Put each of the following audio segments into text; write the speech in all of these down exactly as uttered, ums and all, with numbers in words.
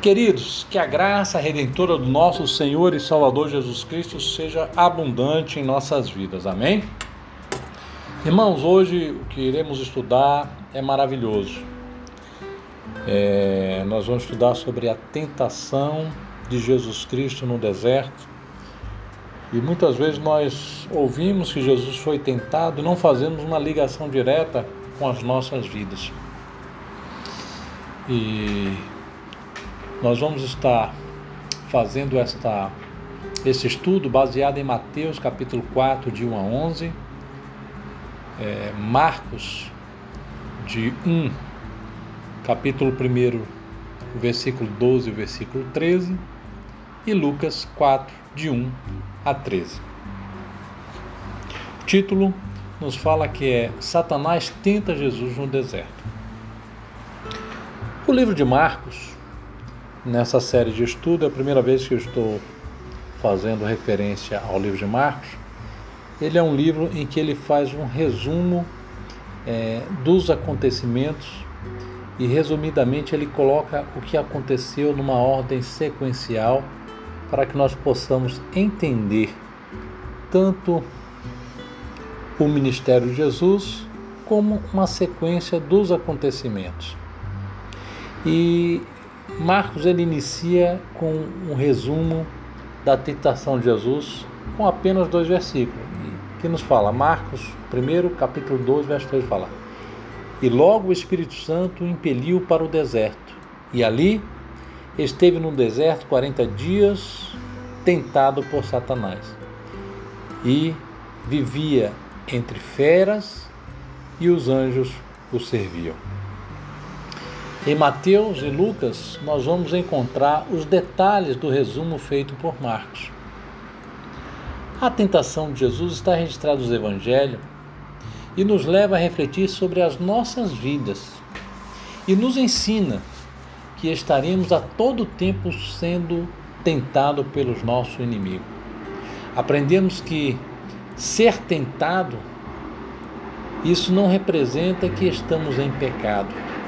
Queridos, que a graça redentora do nosso Senhor e Salvador Jesus Cristo seja abundante em nossas vidas, amém? Irmãos, hoje o que iremos estudar é maravilhoso. É, nós vamos estudar sobre a tentação de Jesus Cristo no deserto. E muitas vezes nós ouvimos que Jesus foi tentado e não fazemos uma ligação direta com as nossas vidas. E nós vamos estar fazendo esta, esse estudo baseado em Mateus capítulo quatro, de um a onze, é, Marcos de um, capítulo um, versículo doze e versículo treze, e Lucas quatro, de um a treze. O título nos fala que é Satanás tenta Jesus no deserto. O livro de Marcos, nessa série de estudo, é a primeira vez que eu estou fazendo referência ao livro de Marcos. Ele é um livro em que ele faz um resumo é, dos acontecimentos e, resumidamente, ele coloca o que aconteceu numa ordem sequencial para que nós possamos entender tanto o ministério de Jesus como uma sequência dos acontecimentos. E Marcos ele inicia com um resumo da tentação de Jesus com apenas dois versículos, que nos fala, Marcos um, capítulo doze, verso três, fala: E logo o Espírito Santo o impeliu para o deserto, e ali esteve no deserto quarenta dias, tentado por Satanás, e vivia entre feras, e os anjos o serviam. Em Mateus e Lucas, nós vamos encontrar os detalhes do resumo feito por Marcos. A tentação de Jesus está registrada nos Evangelhos e nos leva a refletir sobre as nossas vidas e nos ensina que estaremos a todo tempo sendo tentados pelos nossos inimigos. Aprendemos que ser tentado, isso não representa que estamos em pecado.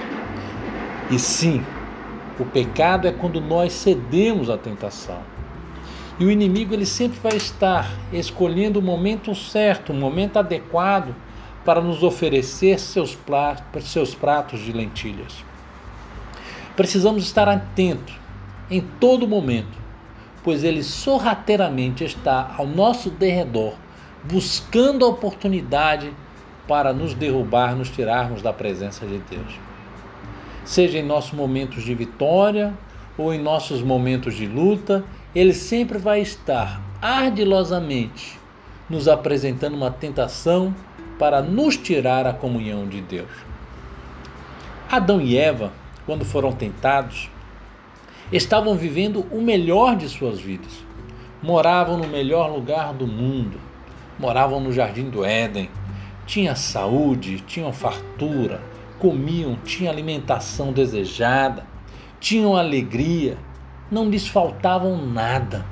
E sim, o pecado é quando nós cedemos à tentação. E o inimigo ele sempre vai estar escolhendo o momento certo, o momento adequado para nos oferecer seus pratos, seus pratos de lentilhas. Precisamos estar atentos em todo momento, pois ele sorrateiramente está ao nosso derredor, buscando a oportunidade para nos derrubar, nos tirarmos da presença de Deus. Seja em nossos momentos de vitória ou em nossos momentos de luta, ele sempre vai estar ardilosamente nos apresentando uma tentação para nos tirar a comunhão de Deus. Adão e Eva, quando foram tentados, estavam vivendo o melhor de suas vidas. Moravam no melhor lugar do mundo, moravam no jardim do Éden, tinham saúde, tinham fartura, comiam, tinham alimentação desejada, tinham alegria, não lhes faltavam nada.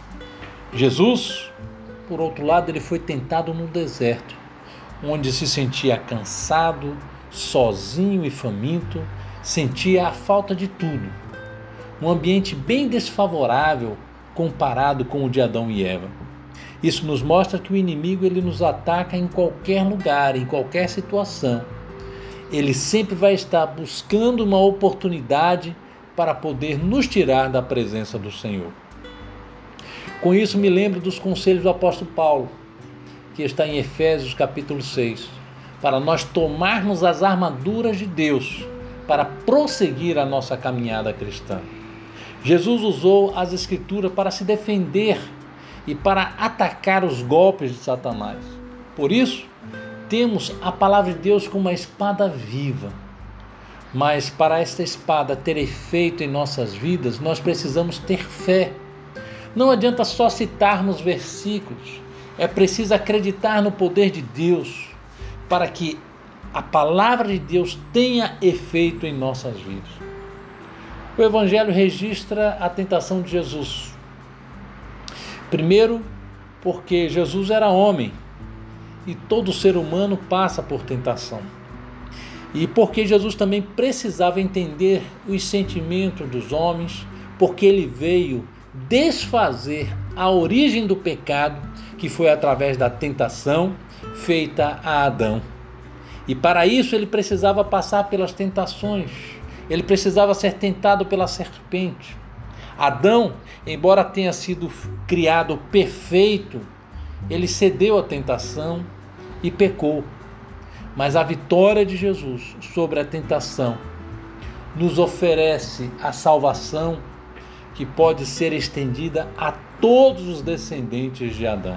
Jesus, por outro lado, ele foi tentado no deserto, onde se sentia cansado, sozinho e faminto, sentia a falta de tudo. Um ambiente bem desfavorável comparado com o de Adão e Eva. Isso nos mostra que o inimigo ele nos ataca em qualquer lugar, em qualquer situação. Ele sempre vai estar buscando uma oportunidade para poder nos tirar da presença do Senhor. Com isso me lembro dos conselhos do apóstolo Paulo, que está em Efésios capítulo seis, para nós tomarmos as armaduras de Deus para prosseguir a nossa caminhada cristã. Jesus usou as Escrituras para se defender e para atacar os golpes de Satanás. Por isso, temos a palavra de Deus como uma espada viva. Mas para esta espada ter efeito em nossas vidas, nós precisamos ter fé. Não adianta só citarmos versículos. É preciso acreditar no poder de Deus para que a palavra de Deus tenha efeito em nossas vidas. O Evangelho registra a tentação de Jesus. Primeiro, porque Jesus era homem e todo ser humano passa por tentação. E porque Jesus também precisava entender os sentimentos dos homens porque ele veio desfazer a origem do pecado, que foi através da tentação feita a Adão. E para isso ele precisava passar pelas tentações, ele precisava ser tentado pela serpente. Adão, embora tenha sido criado perfeito, ele cedeu à tentação e pecou. Mas a vitória de Jesus sobre a tentação nos oferece a salvação que pode ser estendida a todos os descendentes de Adão.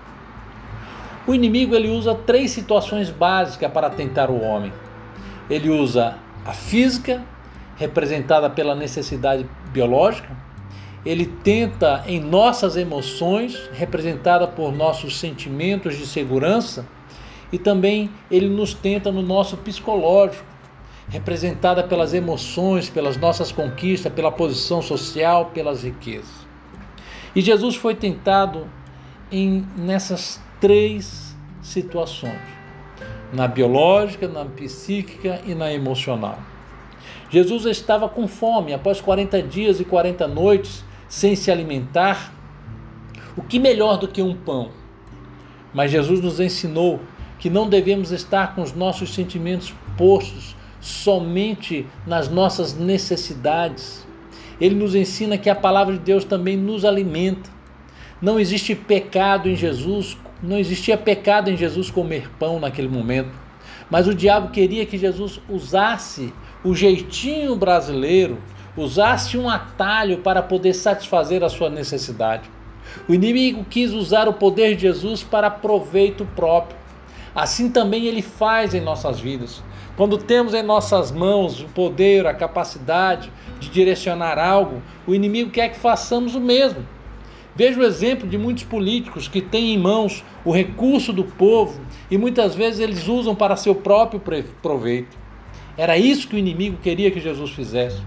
O inimigo ele usa três situações básicas para tentar o homem. Ele usa a física, representada pela necessidade biológica. Ele tenta em nossas emoções, representada por nossos sentimentos de segurança. E também ele nos tenta no nosso psicológico, representada pelas emoções, pelas nossas conquistas, pela posição social, pelas riquezas. E Jesus foi tentado em, nessas três situações, na biológica, na psíquica e na emocional. Jesus estava com fome, após quarenta dias e quarenta noites sem se alimentar. O que melhor do que um pão? Mas Jesus nos ensinou que não devemos estar com os nossos sentimentos postos somente nas nossas necessidades. Ele nos ensina que a palavra de Deus também nos alimenta. Não existe pecado em Jesus, não existia pecado em Jesus comer pão naquele momento, mas o diabo queria que Jesus usasse o jeitinho brasileiro, usasse um atalho para poder satisfazer a sua necessidade. O inimigo quis usar o poder de Jesus para proveito próprio. Assim também ele faz em nossas vidas. Quando temos em nossas mãos o poder, a capacidade de direcionar algo, o inimigo quer que façamos o mesmo. Veja o exemplo de muitos políticos que têm em mãos o recurso do povo e muitas vezes eles usam para seu próprio proveito. Era isso que o inimigo queria que Jesus fizesse.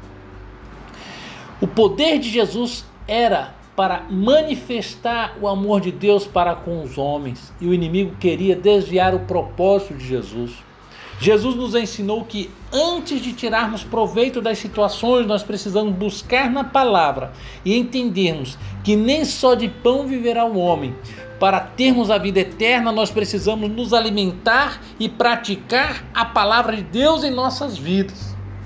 O poder de Jesus era para manifestar o amor de Deus para com os homens, e o inimigo queria desviar o propósito de Jesus. Jesus nos ensinou que antes de tirarmos proveito das situações, nós precisamos buscar na palavra e entendermos que nem só de pão viverá o homem. Para termos a vida eterna, nós precisamos nos alimentar e praticar a palavra de Deus em nossas vidas.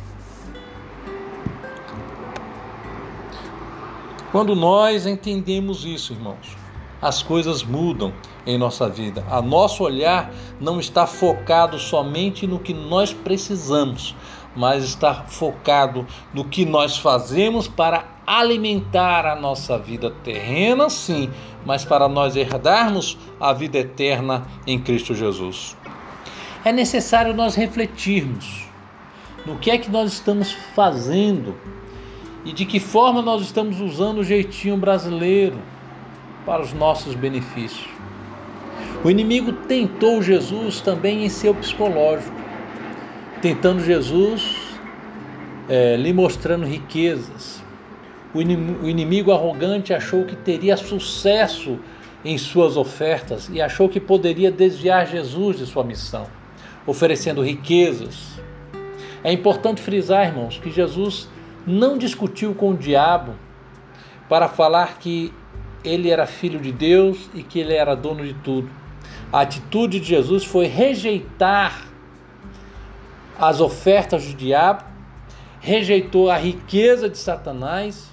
Quando nós entendemos isso, irmãos, as coisas mudam em nossa vida. A nosso olhar não está focado somente no que nós precisamos, mas está focado no que nós fazemos para alimentar a nossa vida terrena, sim, mas para nós herdarmos a vida eterna em Cristo Jesus. É necessário nós refletirmos no que é que nós estamos fazendo e de que forma nós estamos usando o jeitinho brasileiro para os nossos benefícios. O inimigo tentou Jesus também em seu psicológico, tentando Jesus, é, lhe mostrando riquezas. O inimigo arrogante achou que teria sucesso em suas ofertas e achou que poderia desviar Jesus de sua missão, oferecendo riquezas. É importante frisar, irmãos, que Jesus não discutiu com o diabo para falar que ele era filho de Deus e que ele era dono de tudo. A atitude de Jesus foi rejeitar as ofertas do diabo, rejeitou a riqueza de Satanás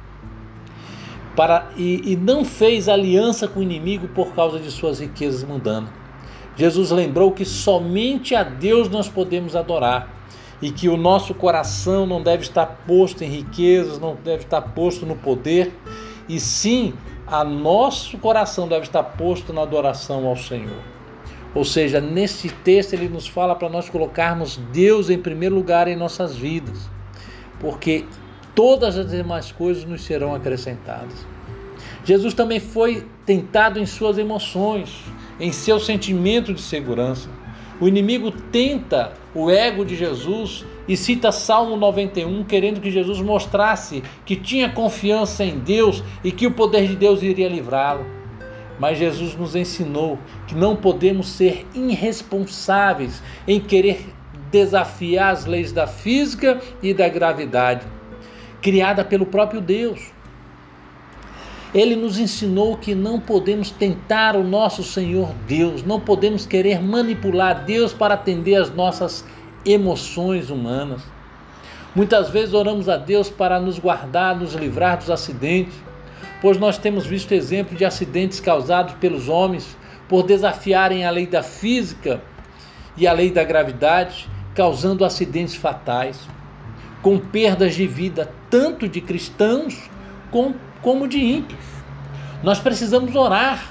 para, e, e não fez aliança com o inimigo por causa de suas riquezas mundanas. Jesus lembrou que somente a Deus nós podemos adorar e que o nosso coração não deve estar posto em riquezas, não deve estar posto no poder, e sim, a nosso coração deve estar posto na adoração ao Senhor. Ou seja, neste texto ele nos fala para nós colocarmos Deus em primeiro lugar em nossas vidas, porque todas as demais coisas nos serão acrescentadas. Jesus também foi tentado em suas emoções, em seu sentimento de segurança. O inimigo tenta o ego de Jesus e cita Salmo noventa e um, querendo que Jesus mostrasse que tinha confiança em Deus e que o poder de Deus iria livrá-lo. Mas Jesus nos ensinou que não podemos ser irresponsáveis em querer desafiar as leis da física e da gravidade. criada pelo próprio Deus. Ele nos ensinou que não podemos tentar o nosso Senhor Deus, não podemos querer manipular Deus para atender às nossas emoções humanas. Muitas vezes oramos a Deus para nos guardar, nos livrar dos acidentes, pois nós temos visto exemplos de acidentes causados pelos homens por desafiarem a lei da física e a lei da gravidade, causando acidentes fatais, com perdas de vida tanto de cristãos como de ímpios. Nós precisamos orar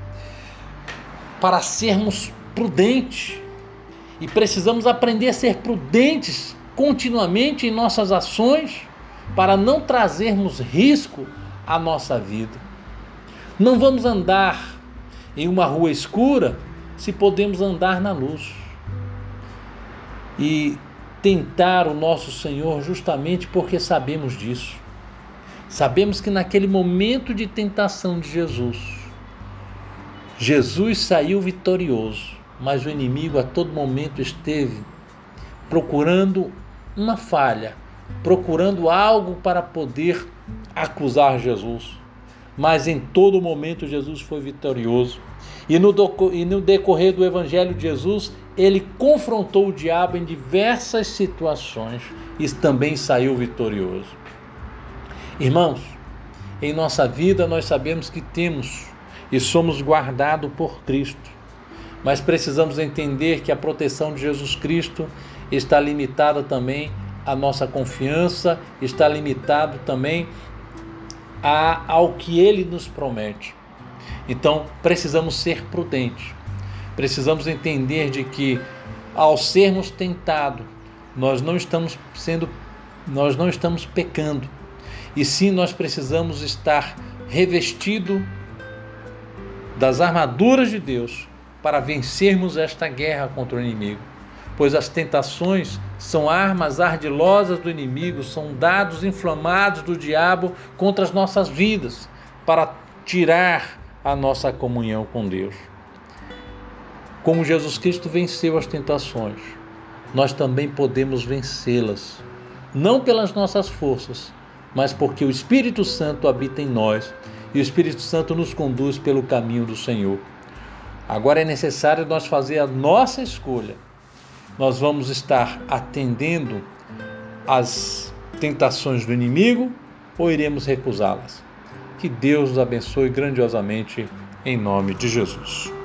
para sermos prudentes e precisamos aprender a ser prudentes continuamente em nossas ações para não trazermos risco à nossa vida. Não vamos andar em uma rua escura se podemos andar na luz e tentar o nosso Senhor justamente porque sabemos disso. Sabemos que naquele momento de tentação de Jesus, Jesus saiu vitorioso, mas o inimigo a todo momento esteve procurando uma falha, procurando algo para poder acusar Jesus. Mas em todo momento Jesus foi vitorioso. E no, do, e no decorrer do Evangelho de Jesus, ele confrontou o diabo em diversas situações e também saiu vitorioso. Irmãos, em nossa vida nós sabemos que temos e somos guardados por Cristo, mas precisamos entender que a proteção de Jesus Cristo está limitada também à nossa confiança, está limitado também a, ao que Ele nos promete. Então precisamos ser prudentes, precisamos entender de que ao sermos tentados, nós não estamos sendo, nós não estamos pecando, e sim nós precisamos estar revestidos das armaduras de Deus para vencermos esta guerra contra o inimigo, pois as tentações são armas ardilosas do inimigo, são dados inflamados do diabo contra as nossas vidas, para tirar a nossa comunhão com Deus. Como Jesus Cristo venceu as tentações, nós também podemos vencê-las, não pelas nossas forças, mas porque o Espírito Santo habita em nós e o Espírito Santo nos conduz pelo caminho do Senhor. Agora é necessário nós fazer a nossa escolha. Nós vamos estar atendendo às tentações do inimigo ou iremos recusá-las? Que Deus nos abençoe grandiosamente em nome de Jesus.